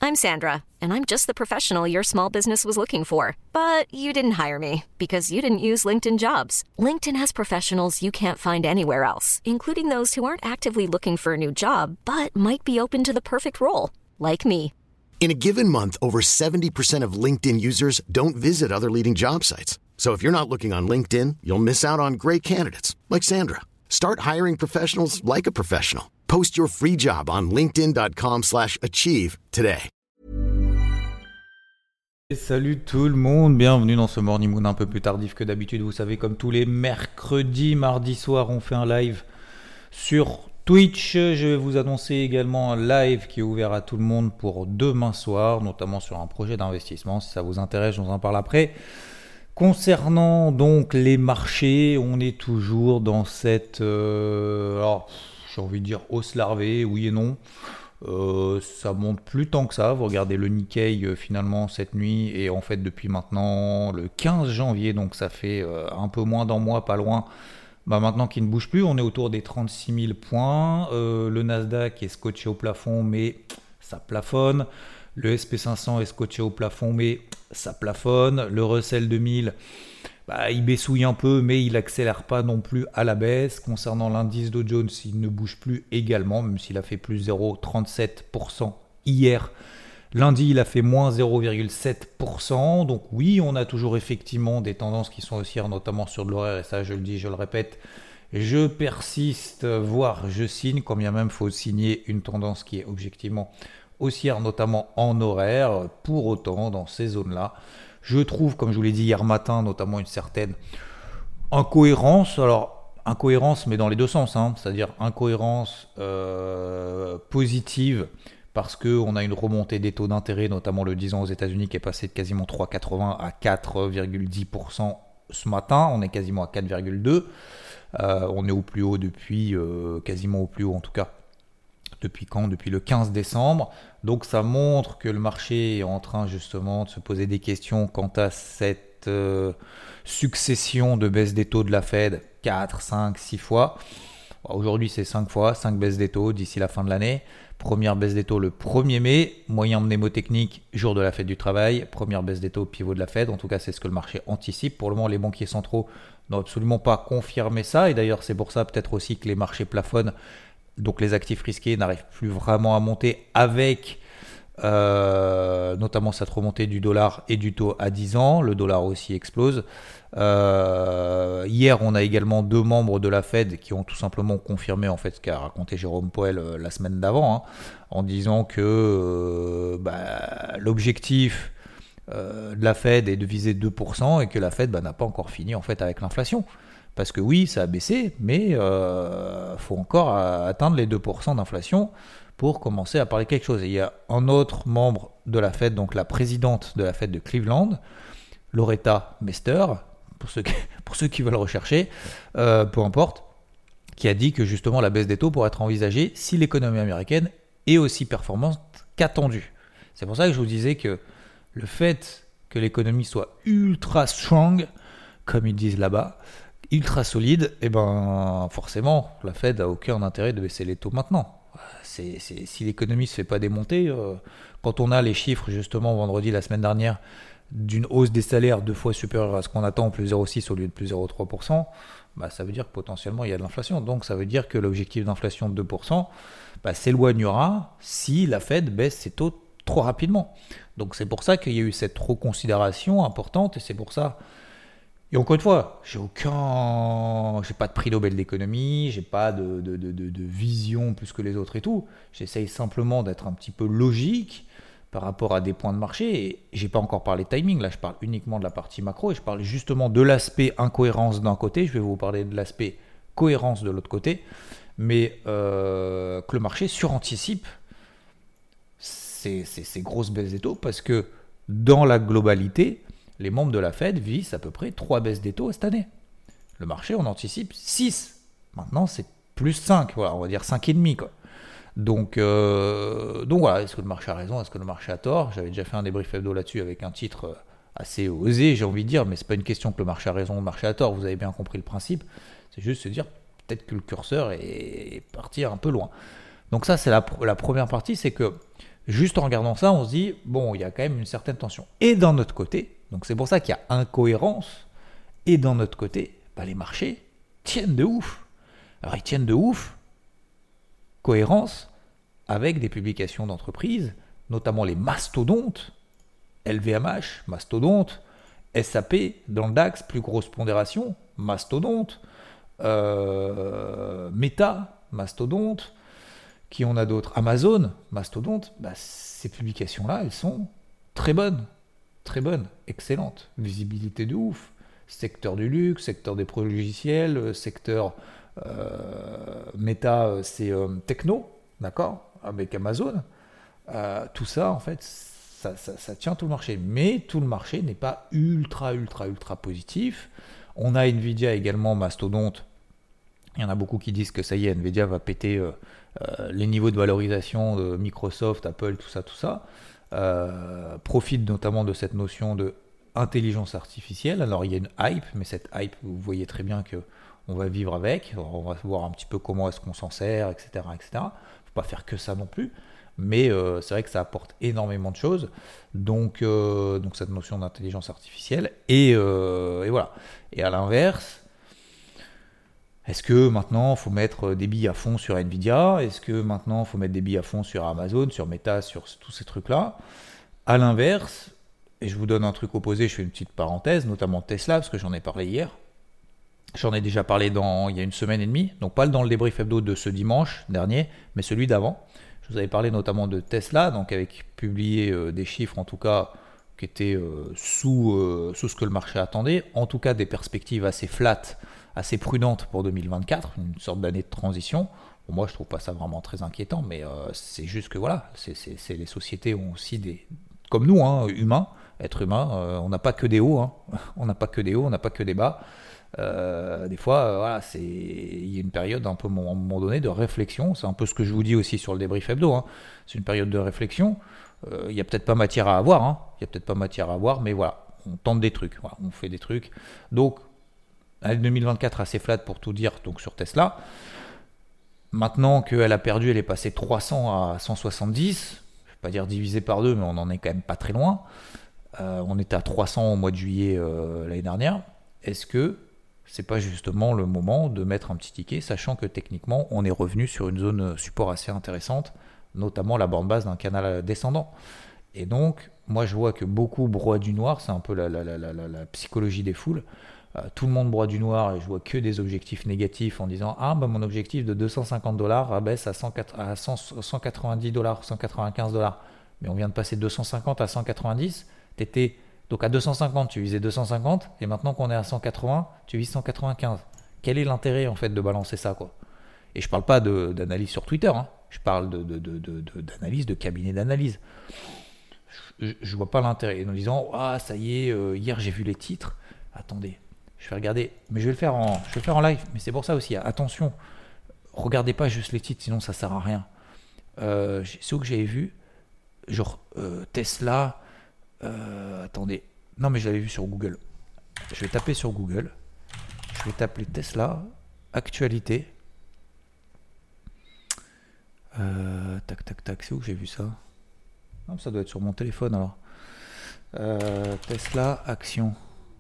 I'm Sandra, and I'm just the professional your small business was looking for. But you didn't hire me because you didn't use LinkedIn Jobs. LinkedIn has professionals you can't find anywhere else, including those who aren't actively looking for a new job, but might be open to the perfect role, like me. In a given month, over 70% of LinkedIn users don't visit other leading job sites. So if you're not looking on LinkedIn, you'll miss out on great candidates like Sandra. Start hiring professionals like a professional. Post your free job on linkedin.com/achieve today. Et salut tout le monde, bienvenue dans ce Morning Moon un peu plus tardif que d'habitude. Vous savez, comme tous les mercredis, mardi soir, on fait un live sur Twitch. Je vais vous annoncer également un live qui est ouvert à tout le monde pour demain soir, notamment sur un projet d'investissement. Si ça vous intéresse, je vous en parle après. Concernant donc les marchés, on est toujours dans cette, alors j'ai envie de dire hausse larvée, oui et non. Ça monte plus tant que ça. Vous regardez le Nikkei finalement cette nuit et en fait depuis maintenant le 15 janvier, donc ça fait un peu moins d'un mois, pas loin. Maintenant qu'il ne bouge plus, on est autour des 36 000 points. Le Nasdaq est scotché au plafond, mais ça plafonne. Le SP500 est scotché au plafond, mais ça plafonne. Le Russell 2000, il baissouille un peu, mais il n'accélère pas non plus à la baisse. Concernant l'indice Dow Jones, il ne bouge plus également, même s'il a fait plus 0,37% hier. Lundi, il a fait moins 0,7%. Donc oui, on a toujours effectivement des tendances qui sont haussières, notamment sur de l'horaire. Et ça, je le dis, je le répète, je persiste, voire je signe, quand bien même il faut signer une tendance qui est objectivement haussière, notamment en horaire. Pour autant, dans ces zones-là, je trouve, comme je vous l'ai dit hier matin, notamment une certaine incohérence. Alors, incohérence, mais dans les deux sens, c'est-à-dire incohérence positive, parce qu'on a une remontée des taux d'intérêt, notamment le 10 ans aux États-Unis, qui est passé de quasiment 3,80 à 4,10% ce matin. On est quasiment à 4,2%. On est au plus haut depuis, quasiment au plus haut en tout cas. Depuis quand ? Depuis le 15 décembre. Donc ça montre que le marché est en train justement de se poser des questions quant à cette succession de baisses des taux de la Fed, 4, 5, 6 fois. Aujourd'hui c'est 5 fois, 5 baisses des taux d'ici la fin de l'année. Première baisse des taux le 1er mai, moyen mnémotechnique, jour de la fête du travail. Première baisse des taux pivot de la Fed, en tout cas c'est ce que le marché anticipe. Pour le moment les banquiers centraux n'ont absolument pas confirmé ça. Et d'ailleurs c'est pour ça peut-être aussi que les marchés plafonnent. Donc les actifs risqués n'arrivent plus vraiment à monter avec notamment cette remontée du dollar et du taux à 10 ans. Le dollar aussi explose. Hier, on a également deux membres de la Fed qui ont tout simplement confirmé en fait ce qu'a raconté Jérôme Powell la semaine d'avant, en disant que l'objectif de la Fed est de viser 2% et que la Fed n'a pas encore fini en fait avec l'inflation. Parce que oui, ça a baissé, mais faut encore atteindre les 2% d'inflation pour commencer à parler quelque chose. Et il y a un autre membre de la Fed, donc la présidente de la Fed de Cleveland, Loretta Mester, pour ceux qui veulent rechercher, peu importe, qui a dit que justement la baisse des taux pourrait être envisagée si l'économie américaine est aussi performante qu'attendue. C'est pour ça que je vous disais que le fait que l'économie soit ultra strong, comme ils disent là-bas, ultra solide, forcément, la Fed n'a aucun intérêt de baisser les taux maintenant. Si l'économie ne se fait pas démonter, quand on a les chiffres justement vendredi, la semaine dernière, d'une hausse des salaires 2 fois supérieure à ce qu'on attend, plus 0,6 au lieu de plus 0,3%, ça veut dire que potentiellement il y a de l'inflation. Donc ça veut dire que l'objectif d'inflation de 2% s'éloignera si la Fed baisse ses taux trop rapidement. Donc c'est pour ça qu'il y a eu cette reconsidération importante et c'est pour ça. Et encore une fois, j'ai pas de prix Nobel d'économie, j'ai pas de vision plus que les autres et tout. J'essaye simplement d'être un petit peu logique par rapport à des points de marché. Et j'ai pas encore parlé de timing, là je parle uniquement de la partie macro et je parle justement de l'aspect incohérence d'un côté. Je vais vous parler de l'aspect cohérence de l'autre côté. Mais que le marché suranticipe ces grosses baisses des taux parce que dans la globalité, les membres de la Fed visent à peu près 3 baisses des taux cette année. Le marché, on anticipe 6. Maintenant, c'est plus 5. Voilà, on va dire 5,5 quoi. Donc voilà, est-ce que le marché a raison, est-ce que le marché a tort ? J'avais déjà fait un débrief hebdo là-dessus avec un titre assez osé, j'ai envie de dire, mais c'est pas une question que le marché a raison ou le marché a tort, vous avez bien compris le principe. C'est juste se dire peut-être que le curseur est parti un peu loin. Donc ça, c'est la première partie, c'est que Juste en regardant ça, on se dit, bon, il y a quand même une certaine tension. Et d'un autre côté, donc c'est pour ça qu'il y a incohérence, et d'un autre côté, les marchés tiennent de ouf. Alors ils tiennent de ouf, cohérence, avec des publications d'entreprises, notamment les mastodontes, LVMH, mastodonte, SAP, dans le DAX, plus grosse pondération, mastodonte, Meta, mastodonte, qui on a d'autres, Amazon, mastodonte, ces publications-là, elles sont très bonnes, excellentes, visibilité de ouf, secteur du luxe, secteur des produits logiciels, secteur Meta, c'est techno, d'accord, avec Amazon, tout ça, en fait, ça tient tout le marché, mais tout le marché n'est pas ultra positif. On a Nvidia également, mastodonte. Il y en a beaucoup qui disent que ça y est, Nvidia va péter les niveaux de valorisation de Microsoft, Apple, tout ça. Profite notamment de cette notion de intelligence artificielle. Alors il y a une hype, mais cette hype, vous voyez très bien que on va vivre avec. On va voir un petit peu comment est-ce qu'on s'en sert, etc. Faut pas faire que ça non plus. Mais c'est vrai que ça apporte énormément de choses. Donc cette notion d'intelligence artificielle. Et voilà. Et à l'inverse, est-ce que maintenant il faut mettre des billes à fond sur Nvidia? Est-ce que maintenant il faut mettre des billes à fond sur Amazon, sur Meta, sur tous ces trucs-là? À l'inverse, et je vous donne un truc opposé, je fais une petite parenthèse, notamment Tesla, parce que j'en ai parlé hier. J'en ai déjà parlé il y a une semaine et demie, donc pas dans le débrief hebdo de ce dimanche dernier, mais celui d'avant. Je vous avais parlé notamment de Tesla, donc avec publié des chiffres en tout cas qui étaient sous ce que le marché attendait, en tout cas des perspectives assez flat, assez prudentes pour 2024, une sorte d'année de transition. Bon, moi je trouve pas ça vraiment très inquiétant, mais c'est juste que voilà, c'est les sociétés ont aussi comme nous, humains, êtres humains, on n'a pas que des hauts, on n'a pas que des hauts, on n'a pas que des bas. Des fois, voilà, il y a une période un peu à un moment donné de réflexion. C'est un peu ce que je vous dis aussi sur le débrief hebdo. C'est une période de réflexion. Il n'y a peut-être pas matière à avoir. Il y a peut-être pas matière à avoir, mais voilà, on tente des trucs. Voilà, on fait des trucs. Donc, l'année 2024 assez flat pour tout dire. Donc sur Tesla. Maintenant qu'elle a perdu, elle est passée 300 à 170. Je ne vais pas dire divisé par deux, mais on en est quand même pas très loin. On était à 300 au mois de juillet l'année dernière. Est-ce que c'est pas justement le moment de mettre un petit ticket, sachant que techniquement on est revenu sur une zone support assez intéressante, notamment la borne basse d'un canal descendant. Et donc moi je vois que beaucoup broient du noir, c'est un peu la psychologie des foules. Tout le monde broie du noir et je vois que des objectifs négatifs en disant mon objectif de $250 baisse à 190 $, 195 $. Mais on vient de passer de 250 à 190, donc à 250, tu visais 250, et maintenant qu'on est à 180, tu vises 195. Quel est l'intérêt en fait de balancer ça, quoi? Et je parle pas d'analyse sur Twitter, je parle d'analyse, de cabinet d'analyse. Je vois pas l'intérêt. En disant ça y est, hier j'ai vu les titres. Attendez, je vais regarder, mais je vais le faire en live. Mais c'est pour ça aussi, attention, regardez pas juste les titres, sinon ça sert à rien. C'est où que j'avais vu, genre Tesla. Attendez, non mais je l'avais vu sur Google. Je vais taper sur Google. Je vais taper Tesla actualité. Tac. C'est où que j'ai vu ça? Non, ça doit être sur mon téléphone alors. Tesla action.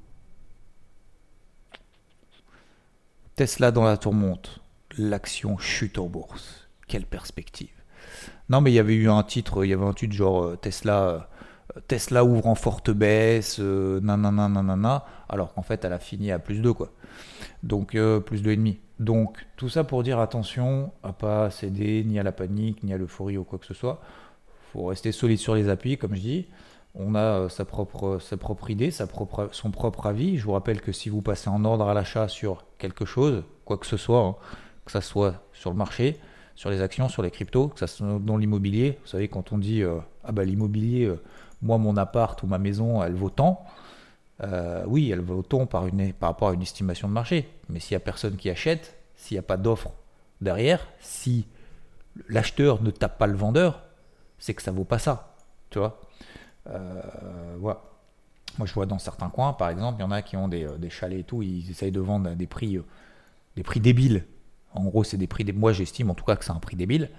Tesla dans la tourmente. L'action chute en bourse. Quelle perspective. Non mais il y avait un titre genre Tesla ouvre en forte baisse, nanana, alors qu'en fait elle a fini à plus 2 quoi. Donc plus 2,5. Donc tout ça pour dire attention à pas céder ni à la panique, ni à l'euphorie ou quoi que ce soit. Faut rester solide sur les appuis, comme je dis. On a sa propre idée, son propre avis. Je vous rappelle que si vous passez en ordre à l'achat sur quelque chose, quoi que ce soit, que ça soit sur le marché, sur les actions, sur les cryptos, que ça soit dans l'immobilier, vous savez quand on dit l'immobilier, moi mon appart ou ma maison elle vaut tant, oui elle vaut tant par rapport à une estimation de marché, mais s'il n'y a personne qui achète, s'il n'y a pas d'offre derrière, si l'acheteur ne tape pas le vendeur, c'est que ça vaut pas ça, tu vois. Voilà. Moi je vois dans certains coins par exemple, il y en a qui ont des chalets et tout, ils essayent de vendre à des prix débiles. En gros c'est des prix, moi j'estime en tout cas que c'est un prix débile.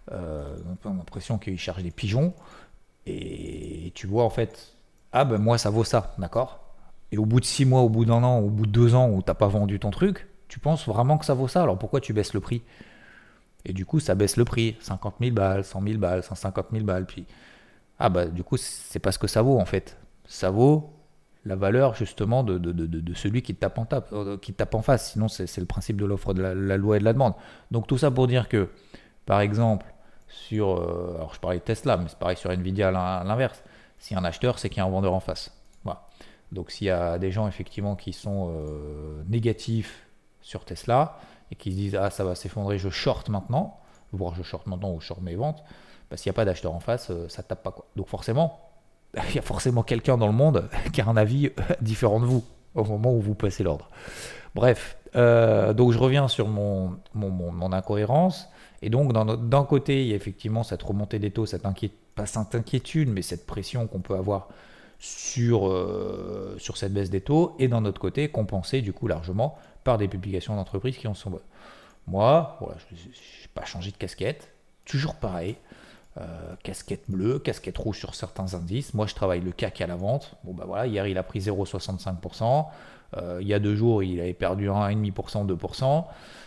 On a l'impression qu'ils cherchent des pigeons. Et tu vois en fait, moi ça vaut ça, d'accord? Et au bout de 6 mois, au bout d'un an, au bout de 2 ans où t'as pas vendu ton truc, tu penses vraiment que ça vaut ça? Alors pourquoi tu baisses le prix? Et du coup ça baisse le prix, 50 000 balles, 100 000 balles, 150 000 balles, puis du coup c'est pas ce que ça vaut en fait. Ça vaut la valeur justement de celui qui te tape en face. Sinon c'est le principe de l'offre de la loi et de la demande. Donc tout ça pour dire que, par exemple, alors je parlais de Tesla, mais c'est pareil sur Nvidia à l'inverse. Si un acheteur, c'est qu'il y a un vendeur en face. Voilà. Donc s'il y a des gens effectivement qui sont négatifs sur Tesla et qui se disent ça va s'effondrer, je short maintenant, voire je short maintenant ou je short mes ventes, s'il n'y a pas d'acheteur en face, ça tape pas quoi. Donc forcément, il y a forcément quelqu'un dans le monde qui a un avis différent de vous au moment où vous passez l'ordre. Bref, donc je reviens sur mon incohérence. Et donc d'un côté, il y a effectivement cette remontée des taux, pas cette inquiétude, mais cette pression qu'on peut avoir sur cette baisse des taux, et d'un autre côté, compensée du coup largement par des publications d'entreprises qui en sont bonnes. Moi, voilà, je n'ai pas changé de casquette, toujours pareil. Casquette bleue, casquette rouge sur certains indices. Moi, je travaille le CAC à la vente. Hier, il a pris 0,65%. Il y a 2 jours, il avait perdu 1,5%, 2%.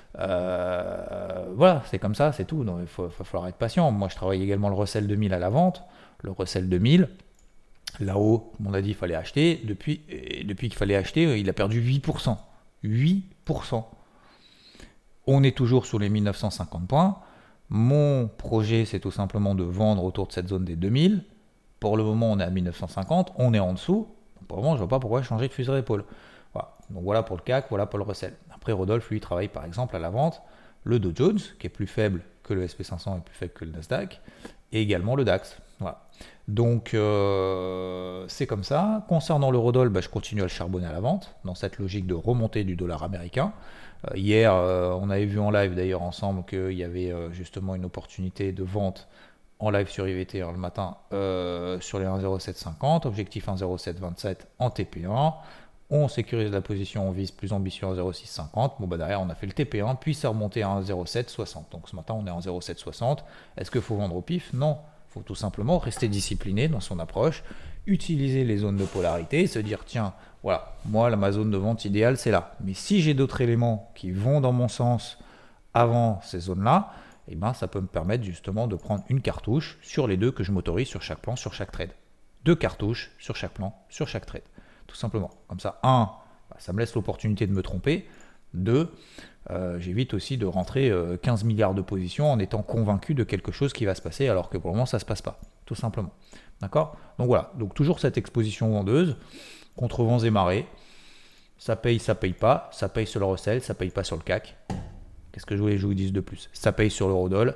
Voilà, c'est comme ça, c'est tout. Donc, il va falloir être patient. Moi, je travaille également le Russell 2000 à la vente. Le Russell 2000, là-haut, on a dit qu'il fallait acheter. Depuis qu'il fallait acheter, il a perdu 8%. 8%. On est toujours sur les 1950 points. Mon projet, c'est tout simplement de vendre autour de cette zone des 2000. Pour le moment, on est à 1950, on est en dessous. Donc, pour le moment, je ne vois pas pourquoi changer de fusil d'épaule. Voilà. Donc voilà pour le CAC, voilà pour le Russell. Après, Rodolphe, lui, travaille par exemple à la vente le Dow Jones, qui est plus faible que le SP500 et plus faible que le Nasdaq, et également le DAX. Voilà. Donc c'est comme ça. Concernant l'eurodoll, je continue à le charbonner à la vente, dans cette logique de remontée du dollar américain. Hier, on avait vu en live d'ailleurs ensemble qu'il y avait justement une opportunité de vente en live sur IVT le matin sur les 1,0750, objectif 1,0727 en TP1. On sécurise la position, on vise plus ambitieux en 0,650. Derrière, on a fait le TP1, puis ça remonté à 1,0760. Donc ce matin, on est en 0,760. Est-ce qu'il faut vendre au pif? Non. Il faut tout simplement rester discipliné dans son approche, utiliser les zones de polarité, se dire tiens, voilà, moi, ma zone de vente idéale, c'est là. Mais si j'ai d'autres éléments qui vont dans mon sens avant ces zones-là, ça peut me permettre justement de prendre une cartouche sur les 2 que je m'autorise sur chaque plan, sur chaque trade. 2 cartouches sur chaque plan, sur chaque trade. Tout simplement. Comme ça, 1, ça me laisse l'opportunité de me tromper. 2, j'évite aussi de rentrer 15 milliards de positions en étant convaincu de quelque chose qui va se passer alors que pour le moment, ça ne se passe pas. Tout simplement. D'accord? Donc voilà. Donc toujours cette exposition vendeuse contre vents et marées. Ça paye pas. Ça paye sur le Russell, ça paye pas sur le CAC. Qu'est-ce que je voulais que je vous dise de plus? Ça paye sur l'eurodoll.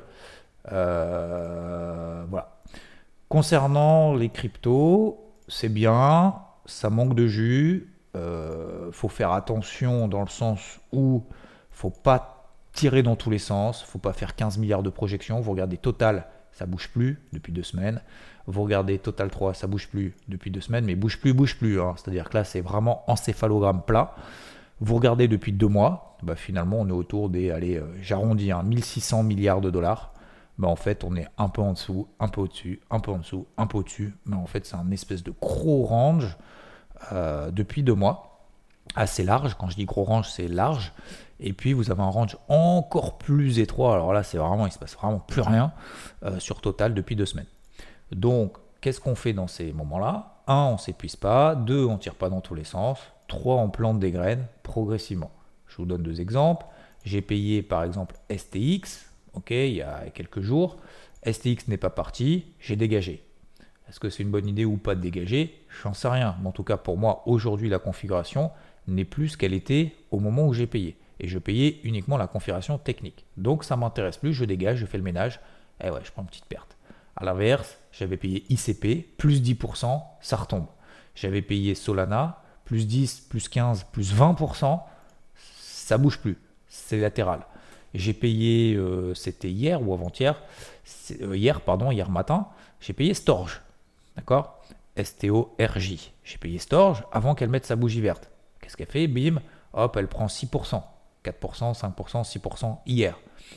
Voilà. Concernant les cryptos, c'est bien. Ça manque de jus, faut faire attention dans le sens où faut pas tirer dans tous les sens, faut pas faire 15 milliards de projections. Vous regardez Total, ça bouge plus depuis 2 semaines. Vous regardez Total 3, ça bouge plus depuis 2 semaines, mais bouge plus. C'est-à-dire que là, c'est vraiment encéphalogramme plat. Vous regardez depuis 2 mois, finalement, on est autour des, j'arrondis, 1600 milliards de dollars. En fait, on est un peu en dessous, un peu au-dessus, un peu en dessous, un peu au-dessus. Mais en fait, c'est un espèce de gros range depuis 2 mois, assez large. Quand je dis gros range, c'est large. Et puis, vous avez un range encore plus étroit. Alors là, il se passe vraiment plus rien sur Total depuis 2 semaines. Donc, qu'est-ce qu'on fait dans ces moments-là? 1, on ne s'épuise pas. 2, on ne tire pas dans tous les sens. 3, on plante des graines progressivement. Je vous donne 2 exemples. J'ai payé, par exemple, STX. Il y a quelques jours, STX n'est pas parti, j'ai dégagé. Est-ce que c'est une bonne idée ou pas de dégager? J'en sais rien. Mais en tout cas, pour moi, aujourd'hui, la configuration n'est plus ce qu'elle était au moment où j'ai payé. Et je payais uniquement la configuration technique. Donc, ça ne m'intéresse plus, je dégage, je fais le ménage. Et je prends une petite perte. À l'inverse, j'avais payé ICP, plus 10%, ça retombe. J'avais payé Solana, plus 10, plus 15, plus 20%, ça ne bouge plus. C'est latéral. J'ai payé, c'était hier ou avant-hier, hier matin, j'ai payé Storj, d'accord? STORJ. J'ai payé Storj avant qu'elle mette sa bougie verte. Qu'est-ce qu'elle fait? Bim, hop, elle prend 6%, 4%, 5%, 6% hier.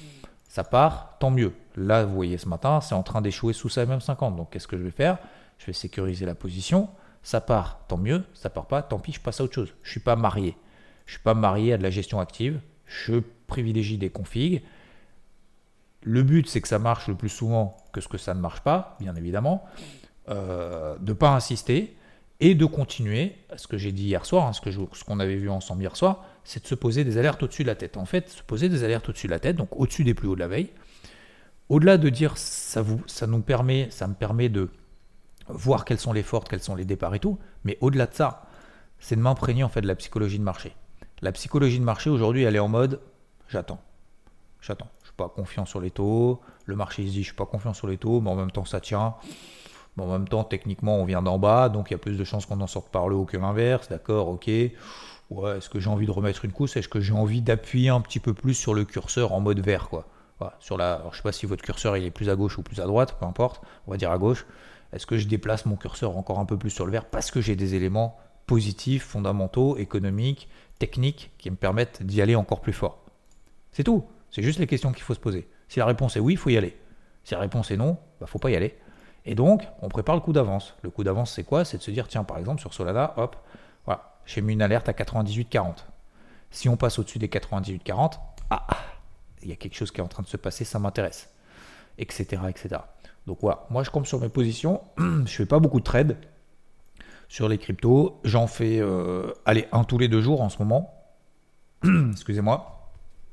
Ça part, tant mieux. Là, vous voyez, ce matin, c'est en train d'échouer sous sa MM50. Donc, qu'est-ce que je vais faire? Je vais sécuriser la position. Ça part, tant mieux. Ça part pas, tant pis, je passe à autre chose. Je ne suis pas marié. Je ne suis pas marié à de la gestion active. Je privilégie des configs. Le but, c'est que ça marche le plus souvent que ce que ça ne marche pas, bien évidemment. De ne pas insister et de continuer, ce que j'ai dit hier soir, ce qu'on avait vu ensemble hier soir, c'est de se poser des alertes au-dessus de la tête. En fait, se poser des alertes au-dessus de la tête, donc au-dessus des plus hauts de la veille. Au-delà de dire, ça me permet de voir quelles sont les fortes, quels sont les départs et tout, mais au-delà de ça, c'est de m'imprégner en fait de la psychologie de marché. La psychologie de marché aujourd'hui, elle est en mode, j'attends. Je suis pas confiant sur les taux, le marché il se dit, je suis pas confiant sur les taux, mais en même temps ça tient. Mais en même temps, techniquement, on vient d'en bas, donc il y a plus de chances qu'on en sorte par le haut que l'inverse, d'accord, ok. Ouais, est-ce que j'ai envie de remettre une couche? Est-ce que j'ai envie d'appuyer un petit peu plus sur le curseur en mode vert, quoi? Voilà, alors, je sais pas si votre curseur il est plus à gauche ou plus à droite, peu importe, on va dire à gauche. Est-ce que je déplace mon curseur encore un peu plus sur le vert parce que j'ai des éléments positifs, fondamentaux, économiques, techniques qui me permettent d'y aller encore plus fort? C'est tout. C'est juste les questions qu'il faut se poser. Si la réponse est oui, il faut y aller. Si la réponse est non, faut pas y aller. Et donc, on prépare le coup d'avance. Le coup d'avance, c'est quoi? C'est de se dire, tiens, par exemple, sur Solana, hop, voilà, j'ai mis une alerte à 98,40. Si on passe au-dessus des 98,40, il y a quelque chose qui est en train de se passer, ça m'intéresse, etc., etc. Donc voilà, moi je compte sur mes positions, je fais pas beaucoup de trades sur les cryptos, j'en fais, un tous les 2 jours en ce moment, excusez-moi,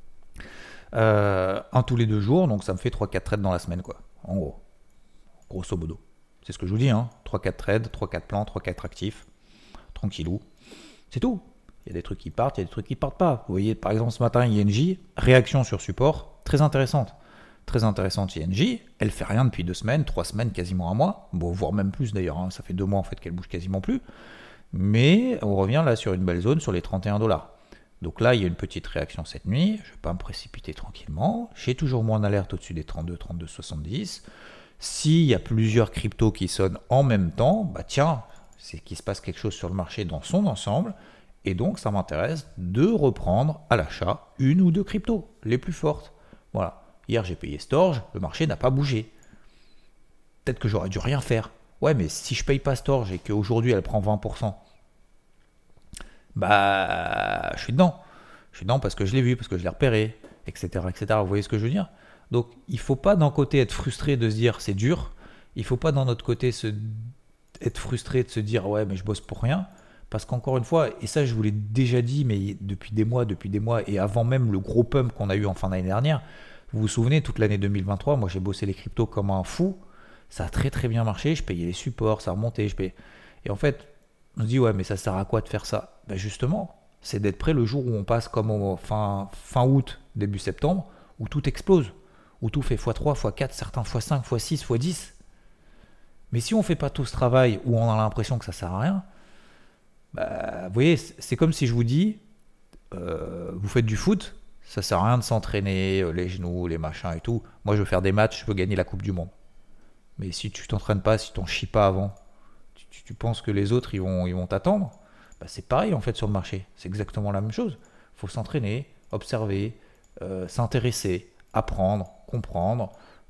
un tous les 2 jours, donc ça me fait 3-4 trades dans la semaine, quoi, en gros. Grosso modo. C'est ce que je vous dis, 3-4 trades, 3-4 plans, 3-4 actifs, tranquillou. C'est tout. Il y a des trucs qui partent, il y a des trucs qui partent pas. Vous voyez, par exemple, ce matin, INJ, réaction sur support, très intéressante. Très intéressante INJ, elle fait rien depuis 2 semaines, 3 semaines, quasiment un mois, bon, voire même plus d'ailleurs, ça fait 2 mois en fait qu'elle bouge quasiment plus. Mais on revient là sur une belle zone sur les 31 $. Donc là, il y a une petite réaction cette nuit, je ne vais pas me précipiter tranquillement. J'ai toujours mon alerte au-dessus des 32,70. S'il y a plusieurs cryptos qui sonnent en même temps, c'est qu'il se passe quelque chose sur le marché dans son ensemble. Et donc, ça m'intéresse de reprendre à l'achat 1 ou 2 cryptos, les plus fortes. Voilà. Hier, j'ai payé Storj, le marché n'a pas bougé. Peut-être que j'aurais dû rien faire. Ouais, mais si je paye pas Storj et qu'aujourd'hui, elle prend 20%, je suis dedans. Je suis dedans parce que je l'ai vu, parce que je l'ai repéré, etc., etc. Vous voyez ce que je veux dire? Donc, il ne faut pas d'un côté être frustré de se dire c'est dur. Il ne faut pas d'un autre côté être frustré de se dire ouais, mais je bosse pour rien. Parce qu'encore une fois, et ça je vous l'ai déjà dit, mais depuis des mois, et avant même le gros pump qu'on a eu en fin d'année dernière, vous vous souvenez, toute l'année 2023, moi j'ai bossé les cryptos comme un fou. Ça a très très bien marché. Je payais les supports, ça remontait. Et en fait, on se dit ouais, mais ça sert à quoi de faire ça? Justement, c'est d'être prêt le jour où on passe comme au fin août, début septembre, où tout explose. Où tout fait x3, x4, certains x5, x6, x10. Mais si on ne fait pas tout ce travail, où on a l'impression que ça ne sert à rien, vous voyez, c'est comme si je vous dis, vous faites du foot, ça ne sert à rien de s'entraîner, les genoux, les machins et tout. Moi, je veux faire des matchs, je veux gagner la Coupe du Monde. Mais si tu ne t'entraînes pas, si tu n'en chies pas avant, tu penses que les autres, ils vont t'attendre? C'est pareil, en fait, sur le marché. C'est exactement la même chose. Il faut s'entraîner, observer, s'intéresser, apprendre, comprendre,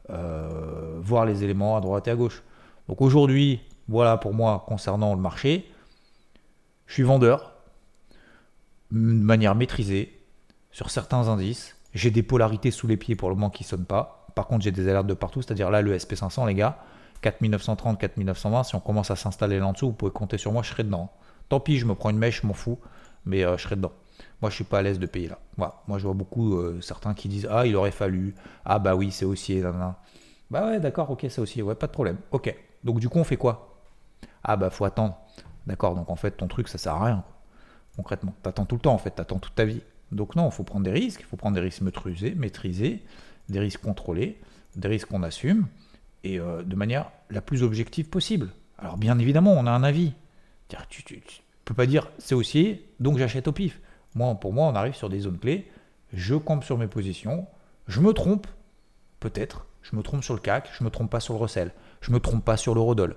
voir les éléments à droite et à gauche. Donc aujourd'hui, voilà pour moi concernant le marché, je suis vendeur de manière maîtrisée sur certains indices. J'ai des polarités sous les pieds pour le moment qui ne sonnent pas. Par contre, j'ai des alertes de partout, c'est-à-dire là, le SP500, les gars, 4930, 4920, si on commence à s'installer là en dessous, vous pouvez compter sur moi, je serai dedans. Tant pis, je me prends une mèche, je m'en fous, mais je serai dedans. Moi, je suis pas à l'aise de payer là. Voilà. Moi, je vois beaucoup certains qui disent il aurait fallu. Ah bah oui, c'est haussier. Bah ouais, d'accord, ok, c'est haussier. Ouais, pas de problème. Ok. Donc du coup, on fait quoi? Faut attendre. D'accord. Donc en fait, ton truc, ça sert à rien. Concrètement, t'attends tout le temps. En fait, t'attends toute ta vie. Donc non, il faut prendre des risques. Il faut prendre des risques maîtrisés, des risques contrôlés, des risques qu'on assume et de manière la plus objective possible. Alors bien évidemment, on a un avis. Tu peux pas dire c'est haussier, donc j'achète au pif. Pour moi, on arrive sur des zones clés, je campe sur mes positions, je me trompe, peut-être, je me trompe sur le CAC, je me trompe pas sur le Russell, je me trompe pas sur l'Eurodoll,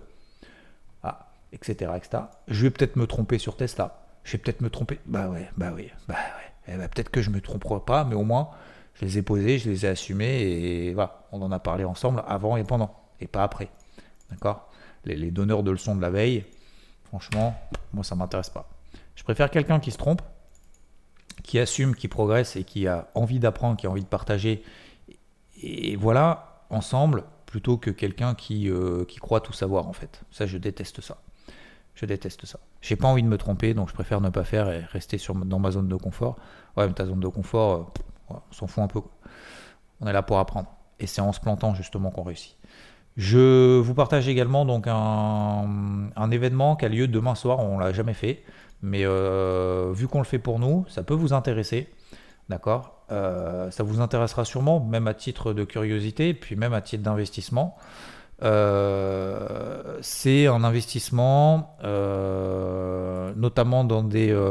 etc., etc. Je vais peut-être me tromper sur Tesla, je vais peut-être me tromper, peut-être que je me tromperai pas, mais au moins, Je les ai posés, je les ai assumés et voilà, on en a parlé ensemble avant et pendant, et pas après. D'accord ? Les donneurs de leçons de la veille, franchement, moi ça m'intéresse pas. Je préfère quelqu'un qui se trompe, qui assume, qui progresse et qui a envie d'apprendre, qui a envie de partager. Et voilà, ensemble, plutôt que quelqu'un qui croit tout savoir en fait. Ça, je déteste ça. J'ai pas envie de me tromper, donc je préfère ne pas faire et rester dans ma zone de confort. Ouais, mais ta zone de confort, on s'en fout un peu. On est là pour apprendre. Et c'est en se plantant justement qu'on réussit. Je vous partage également donc un événement qui a lieu demain soir. On l'a jamais fait, mais vu qu'on le fait pour nous, ça peut vous intéresser. D'accord, ça vous intéressera sûrement, même à titre de curiosité, puis même à titre d'investissement. C'est un investissement notamment dans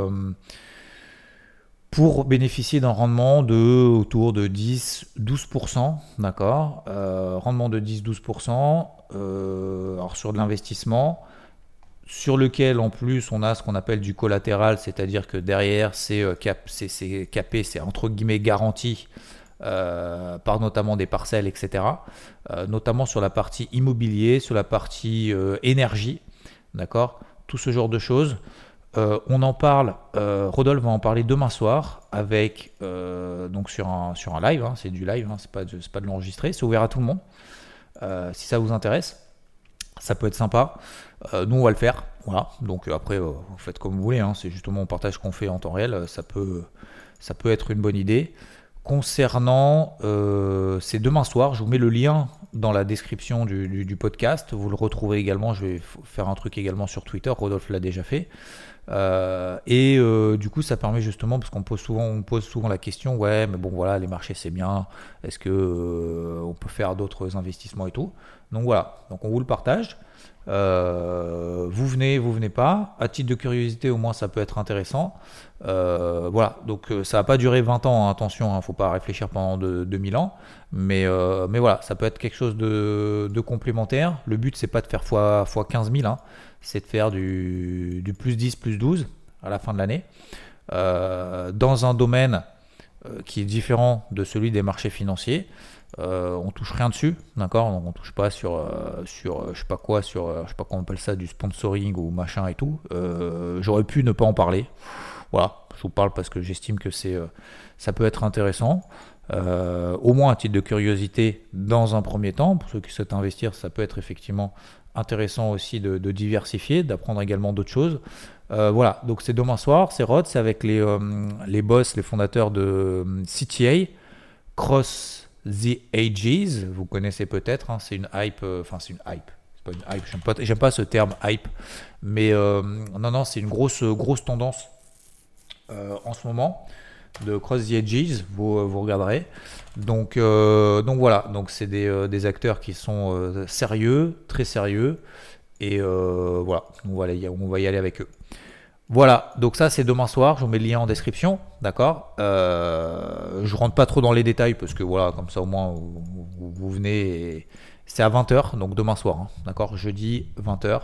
pour bénéficier d'un rendement autour de 10-12%, d'accord, rendement de 10-12%, alors sur de l'investissement, sur lequel en plus on a ce qu'on appelle du collatéral, c'est-à-dire que derrière c'est capé, c'est entre guillemets garanti par notamment des parcelles, etc. Notamment sur la partie immobilier, sur la partie énergie, d'accord, tout ce genre de choses. On en parle, Rodolphe va en parler demain soir avec donc sur un live, hein, c'est du live, hein, c'est pas de l'enregistrer, c'est ouvert à tout le monde. Si ça vous intéresse, ça peut être sympa. Nous on va le faire, voilà. Donc après vous faites comme vous voulez, hein, c'est justement un partage qu'on fait en temps réel, ça peut être une bonne idée. Concernant, c'est demain soir, je vous mets le lien dans la description du podcast, vous le retrouvez également, je vais faire un truc également sur Twitter, Rodolphe l'a déjà fait. Du coup ça permet justement, parce qu'on pose souvent la question, ouais mais bon voilà, les marchés c'est bien, est-ce que on peut faire d'autres investissements et tout, donc voilà, donc on vous le partage. Vous venez pas, à titre de curiosité au moins ça peut être intéressant. Voilà, donc ça va pas durer 20 ans, hein, attention, hein, faut pas réfléchir pendant 2000 ans, mais voilà, ça peut être quelque chose de complémentaire. Le but c'est pas de faire fois 15 000, hein, c'est de faire du plus 10, plus 12 à la fin de l'année, dans un domaine qui est différent de celui des marchés financiers. On touche rien dessus, d'accord, donc on touche pas sur je sais pas quoi, je sais pas comment on appelle ça, du sponsoring ou machin et tout. J'aurais pu ne pas en parler, voilà, je vous parle parce que j'estime que ça peut être intéressant, au moins à titre de curiosité dans un premier temps. Pour ceux qui souhaitent investir, ça peut être effectivement intéressant aussi de diversifier, d'apprendre également d'autres choses. Voilà, donc c'est demain soir, c'est Rod, c'est avec les boss, les fondateurs de CTA, Cross The Ages, vous connaissez peut-être, hein, c'est une hype, c'est une hype, c'est pas une hype, j'aime pas ce terme hype, mais non, c'est une grosse tendance en ce moment de Cross the Ages, vous regarderez. Donc voilà, donc c'est des acteurs qui sont sérieux, très sérieux, et voilà, on va y aller avec eux. Voilà, donc ça c'est demain soir, je vous mets le lien en description, d'accord. Je rentre pas trop dans les détails parce que voilà, comme ça au moins vous venez, et c'est à 20h, donc demain soir, hein, d'accord, jeudi 20h.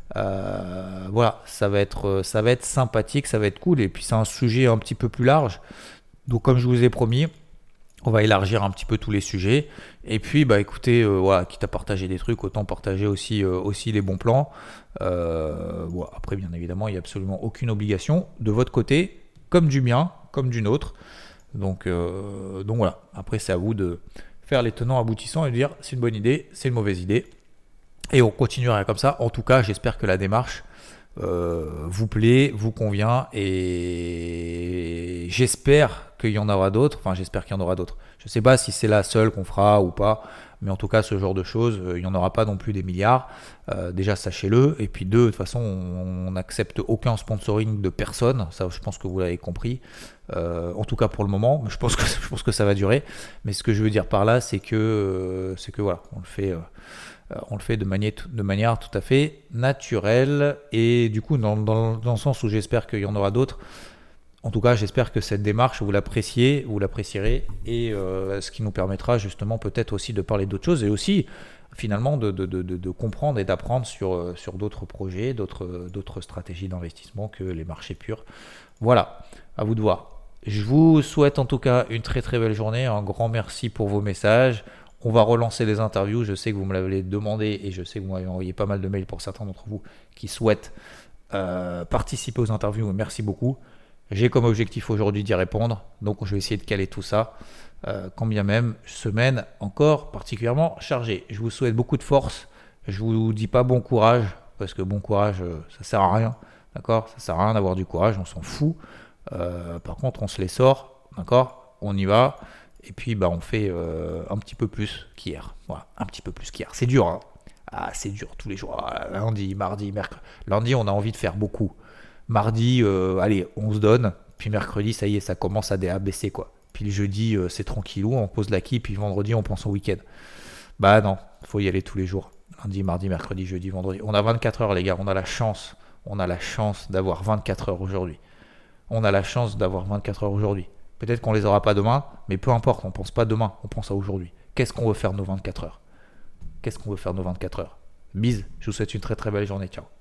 Voilà, ça va être sympathique, ça va être cool, et puis c'est un sujet un petit peu plus large, donc comme je vous ai promis, on va élargir un petit peu tous les sujets. Et puis, bah écoutez, voilà, quitte à partager des trucs, autant partager aussi les bons plans. Voilà. Après, bien évidemment, il n'y a absolument aucune obligation de votre côté, comme du mien, comme du nôtre. Donc voilà. Après, c'est à vous de faire les tenants aboutissants et de dire c'est une bonne idée, c'est une mauvaise idée. Et on continuera comme ça. En tout cas, j'espère que la démarche vous plaît, vous convient, et j'espère qu'il y en aura d'autres. Je ne sais pas si c'est la seule qu'on fera ou pas, mais en tout cas ce genre de choses, il n'y en aura pas non plus des milliards. Déjà sachez-le, et puis de toute façon on n'accepte aucun sponsoring de personne, ça je pense que vous l'avez compris, en tout cas pour le moment, mais je pense que ça va durer. Mais ce que je veux dire par là, c'est que voilà, on le fait de manière tout à fait naturelle, et du coup dans le sens où j'espère qu'il y en aura d'autres. En tout cas, j'espère que cette démarche, vous l'apprécierez, et ce qui nous permettra justement peut-être aussi de parler d'autres choses, et aussi finalement de comprendre et d'apprendre sur d'autres projets, d'autres stratégies d'investissement que les marchés purs. Voilà, à vous de voir. Je vous souhaite en tout cas une très très belle journée. Un grand merci pour vos messages. On va relancer les interviews. Je sais que vous me l'avez demandé et je sais que vous m'avez envoyé pas mal de mails pour certains d'entre vous qui souhaitent participer aux interviews. Merci beaucoup. J'ai comme objectif aujourd'hui d'y répondre. Donc je vais essayer de caler tout ça. Quand bien même, semaine encore particulièrement chargée. Je vous souhaite beaucoup de force. Je vous dis pas bon courage parce que bon courage, ça sert à rien. D'accord ? Ça sert à rien d'avoir du courage, on s'en fout. Par contre, on se les sort, d'accord ? On y va, et puis on fait un petit peu plus qu'hier. Voilà, un petit peu plus qu'hier. C'est dur, hein ? Ah, c'est dur tous les jours. Lundi, mardi, mercredi. Lundi, on a envie de faire beaucoup. Mardi, allez, on se donne. Puis mercredi, ça y est, ça commence à baisser, quoi. Puis le jeudi, c'est tranquillou, on pose la quille. Puis vendredi, on pense au week-end. Bah non, faut y aller tous les jours. Lundi, mardi, mercredi, jeudi, vendredi. On a 24 heures, les gars. On a la chance d'avoir 24 heures aujourd'hui. On a la chance d'avoir 24 heures aujourd'hui. Peut-être qu'on les aura pas demain, mais peu importe, on pense pas demain, on pense à aujourd'hui. Qu'est-ce qu'on veut faire de nos 24 heures ? Bise, je vous souhaite une très très belle journée, ciao.